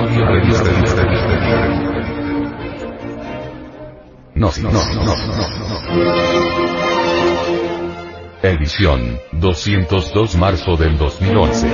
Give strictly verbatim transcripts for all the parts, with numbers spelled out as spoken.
Audio revista. No, no, no, no, no. Edición, doscientos dos marzo del dos mil once.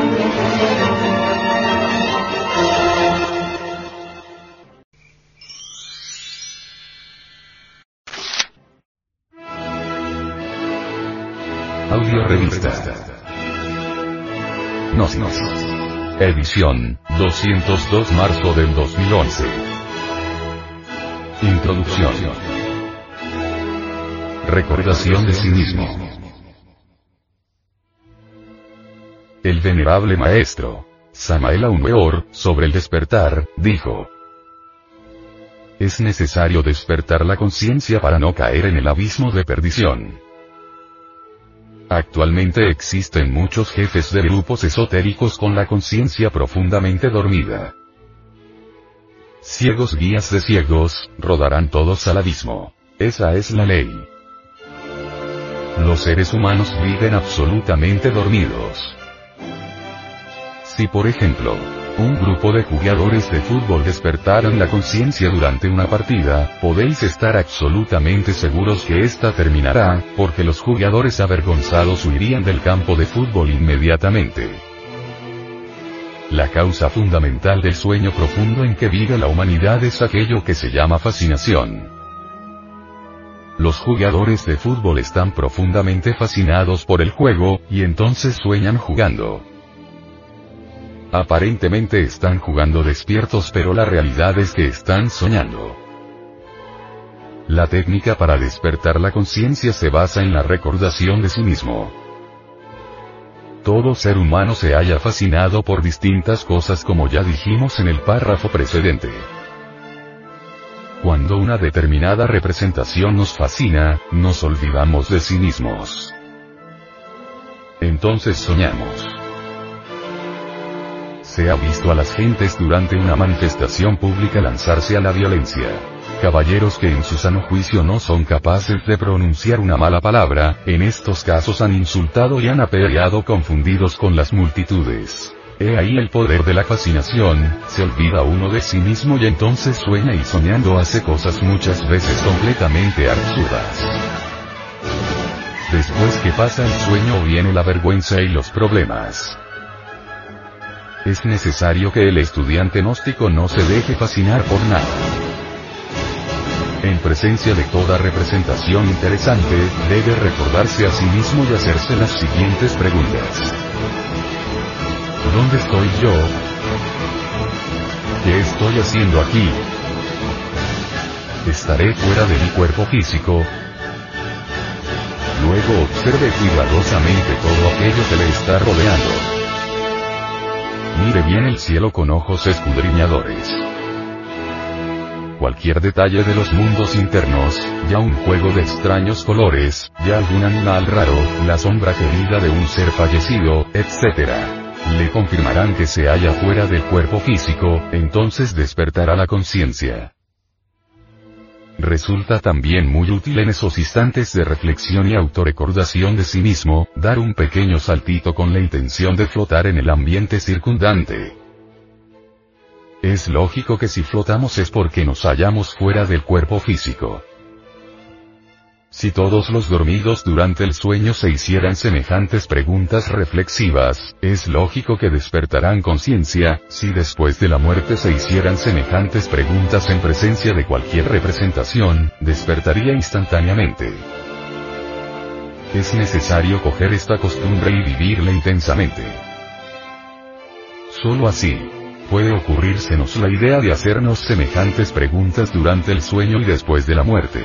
Audio revista. No, no. Edición, doscientos dos marzo del dos mil once. Introducción. Recordación de sí mismo. El venerable maestro, Samael Aun Weor, sobre el despertar, dijo: es necesario despertar la conciencia para no caer en el abismo de perdición. Actualmente existen muchos jefes de grupos esotéricos con la conciencia profundamente dormida. Ciegos guías de ciegos, rodarán todos al abismo. Esa es la ley. Los seres humanos viven absolutamente dormidos. Si por ejemplo, un grupo de jugadores de fútbol despertaran la conciencia durante una partida, podéis estar absolutamente seguros que ésta terminará, porque los jugadores avergonzados huirían del campo de fútbol inmediatamente. La causa fundamental del sueño profundo en que vive la humanidad es aquello que se llama fascinación. Los jugadores de fútbol están profundamente fascinados por el juego, y entonces sueñan jugando. Aparentemente están jugando despiertos, pero la realidad es que están soñando. La técnica para despertar la conciencia se basa en la recordación de sí mismo. Todo ser humano se halla fascinado por distintas cosas, como ya dijimos en el párrafo precedente. Cuando una determinada representación nos fascina, nos olvidamos de sí mismos. Entonces soñamos. Se ha visto a las gentes durante una manifestación pública lanzarse a la violencia. Caballeros que en su sano juicio no son capaces de pronunciar una mala palabra, en estos casos han insultado y han apedreado confundidos con las multitudes. He ahí el poder de la fascinación, se olvida uno de sí mismo y entonces sueña, y soñando hace cosas muchas veces completamente absurdas. Después que pasa el sueño viene la vergüenza y los problemas. Es necesario que el estudiante gnóstico no se deje fascinar por nada. En presencia de toda representación interesante, debe recordarse a sí mismo y hacerse las siguientes preguntas. ¿Dónde estoy yo? ¿Qué estoy haciendo aquí? ¿Estaré fuera de mi cuerpo físico? Luego observe cuidadosamente todo aquello que le está rodeando. Mire bien el cielo con ojos escudriñadores. Cualquier detalle de los mundos internos, ya un juego de extraños colores, ya algún animal raro, la sombra querida de un ser fallecido, etcétera, le confirmarán que se halla fuera del cuerpo físico, entonces despertará la conciencia. Resulta también muy útil en esos instantes de reflexión y autorrecordación de sí mismo, dar un pequeño saltito con la intención de flotar en el ambiente circundante. Es lógico que si flotamos es porque nos hallamos fuera del cuerpo físico. Si todos los dormidos durante el sueño se hicieran semejantes preguntas reflexivas, es lógico que despertarán conciencia. Si después de la muerte se hicieran semejantes preguntas en presencia de cualquier representación, despertaría instantáneamente. Es necesario coger esta costumbre y vivirla intensamente. Solo así puede ocurrírsenos la idea de hacernos semejantes preguntas durante el sueño y después de la muerte.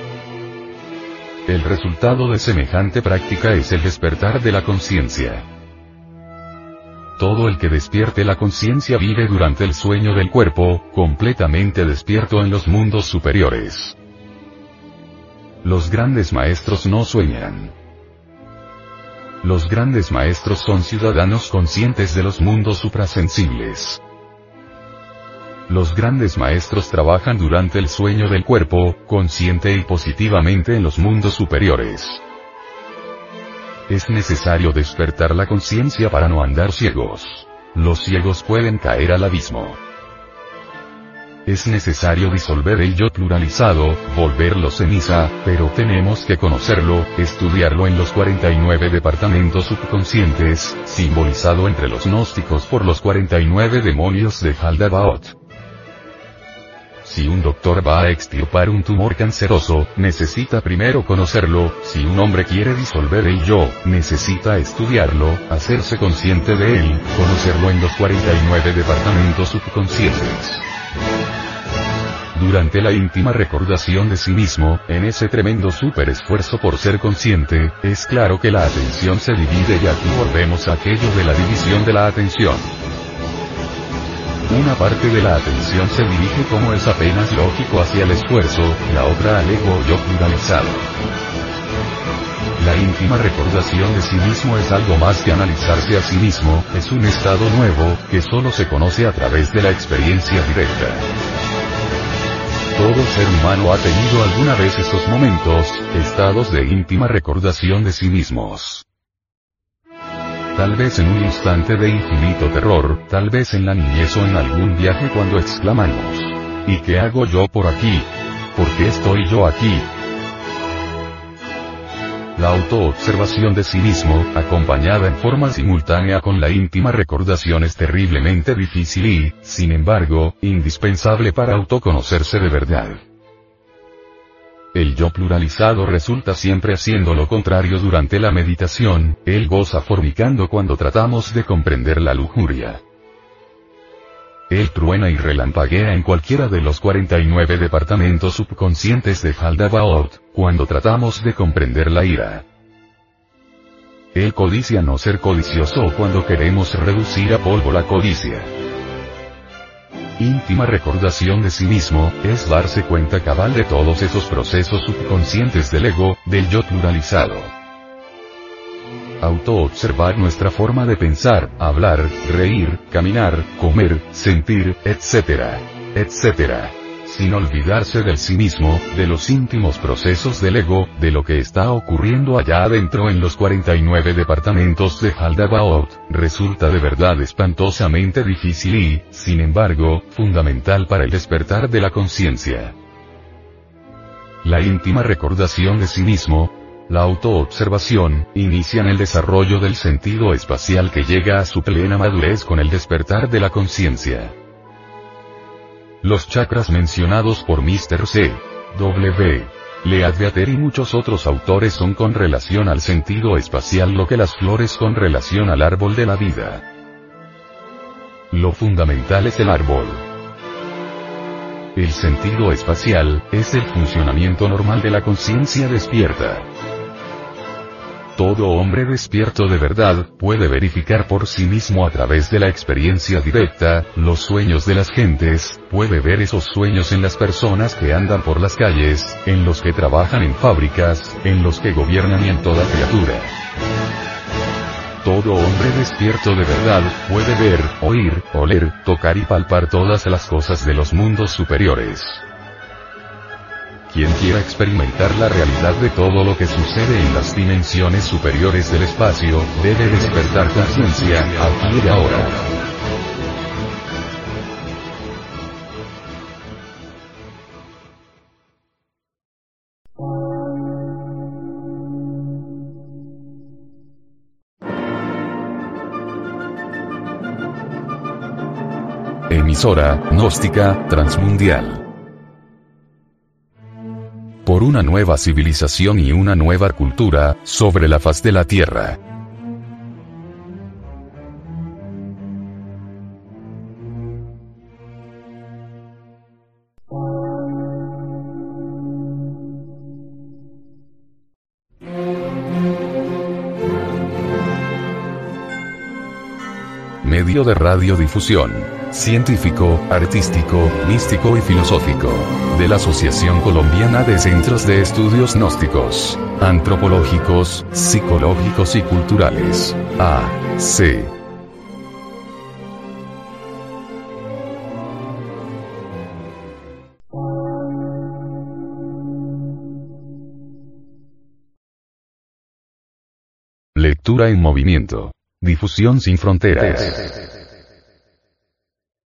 El resultado de semejante práctica es el despertar de la conciencia. Todo el que despierte la conciencia vive durante el sueño del cuerpo, completamente despierto en los mundos superiores. Los grandes maestros no sueñan. Los grandes maestros son ciudadanos conscientes de los mundos suprasensibles. Los grandes maestros trabajan durante el sueño del cuerpo, consciente y positivamente en los mundos superiores. Es necesario despertar la conciencia para no andar ciegos. Los ciegos pueden caer al abismo. Es necesario disolver el yo pluralizado, volverlo ceniza, pero tenemos que conocerlo, estudiarlo en los cuarenta y nueve departamentos subconscientes, simbolizado entre los gnósticos por los cuarenta y nueve demonios de Haldabaoth. Si un doctor va a extirpar un tumor canceroso, necesita primero conocerlo. Si un hombre quiere disolver el yo, necesita estudiarlo, hacerse consciente de él, conocerlo en los cuarenta y nueve departamentos subconscientes. Durante la íntima recordación de sí mismo, en ese tremendo super esfuerzo por ser consciente, es claro que la atención se divide y aquí volvemos a aquello de la división de la atención. Una parte de la atención se dirige como es apenas lógico hacia el esfuerzo, la otra al ego o yo pluralizado. La íntima recordación de sí mismo es algo más que analizarse a sí mismo, es un estado nuevo, que solo se conoce a través de la experiencia directa. Todo ser humano ha tenido alguna vez esos momentos, estados de íntima recordación de sí mismos. Tal vez en un instante de infinito terror, tal vez en la niñez o en algún viaje cuando exclamamos: ¿y qué hago yo por aquí? ¿Por qué estoy yo aquí? La autoobservación de sí mismo, acompañada en forma simultánea con la íntima recordación, es terriblemente difícil y, sin embargo, indispensable para autoconocerse de verdad. El yo pluralizado resulta siempre haciendo lo contrario durante la meditación, él goza fornicando cuando tratamos de comprender la lujuria. Él truena y relampaguea en cualquiera de los cuarenta y nueve departamentos subconscientes de Haldabaoth, cuando tratamos de comprender la ira. Él codicia no ser codicioso cuando queremos reducir a polvo la codicia. Íntima recordación de sí mismo, es darse cuenta cabal de todos esos procesos subconscientes del ego, del yo pluralizado. Autoobservar nuestra forma de pensar, hablar, reír, caminar, comer, sentir, etcétera, etcétera. Sin olvidarse del sí mismo, de los íntimos procesos del ego, de lo que está ocurriendo allá adentro en los cuarenta y nueve departamentos de Haldabaoth, resulta de verdad espantosamente difícil y, sin embargo, fundamental para el despertar de la conciencia. La íntima recordación de sí mismo, la autoobservación, inician el desarrollo del sentido espacial que llega a su plena madurez con el despertar de la conciencia. Los chakras mencionados por míster C. W. Leadbeater y muchos otros autores son con relación al sentido espacial lo que las flores con relación al árbol de la vida. Lo fundamental es el árbol. El sentido espacial es el funcionamiento normal de la conciencia despierta. Todo hombre despierto de verdad, puede verificar por sí mismo a través de la experiencia directa, los sueños de las gentes, puede ver esos sueños en las personas que andan por las calles, en los que trabajan en fábricas, en los que gobiernan y en toda criatura. Todo hombre despierto de verdad, puede ver, oír, oler, tocar y palpar todas las cosas de los mundos superiores. Quien quiera experimentar la realidad de todo lo que sucede en las dimensiones superiores del espacio, debe despertar conciencia, aquí y ahora. Emisora gnóstica transmundial. Por una nueva civilización y una nueva cultura, sobre la faz de la Tierra. Medio de radiodifusión, científico, artístico, místico y filosófico, de la Asociación Colombiana de Centros de Estudios Gnósticos, Antropológicos, Psicológicos y Culturales, A C Lectura en movimiento. Difusión sin fronteras.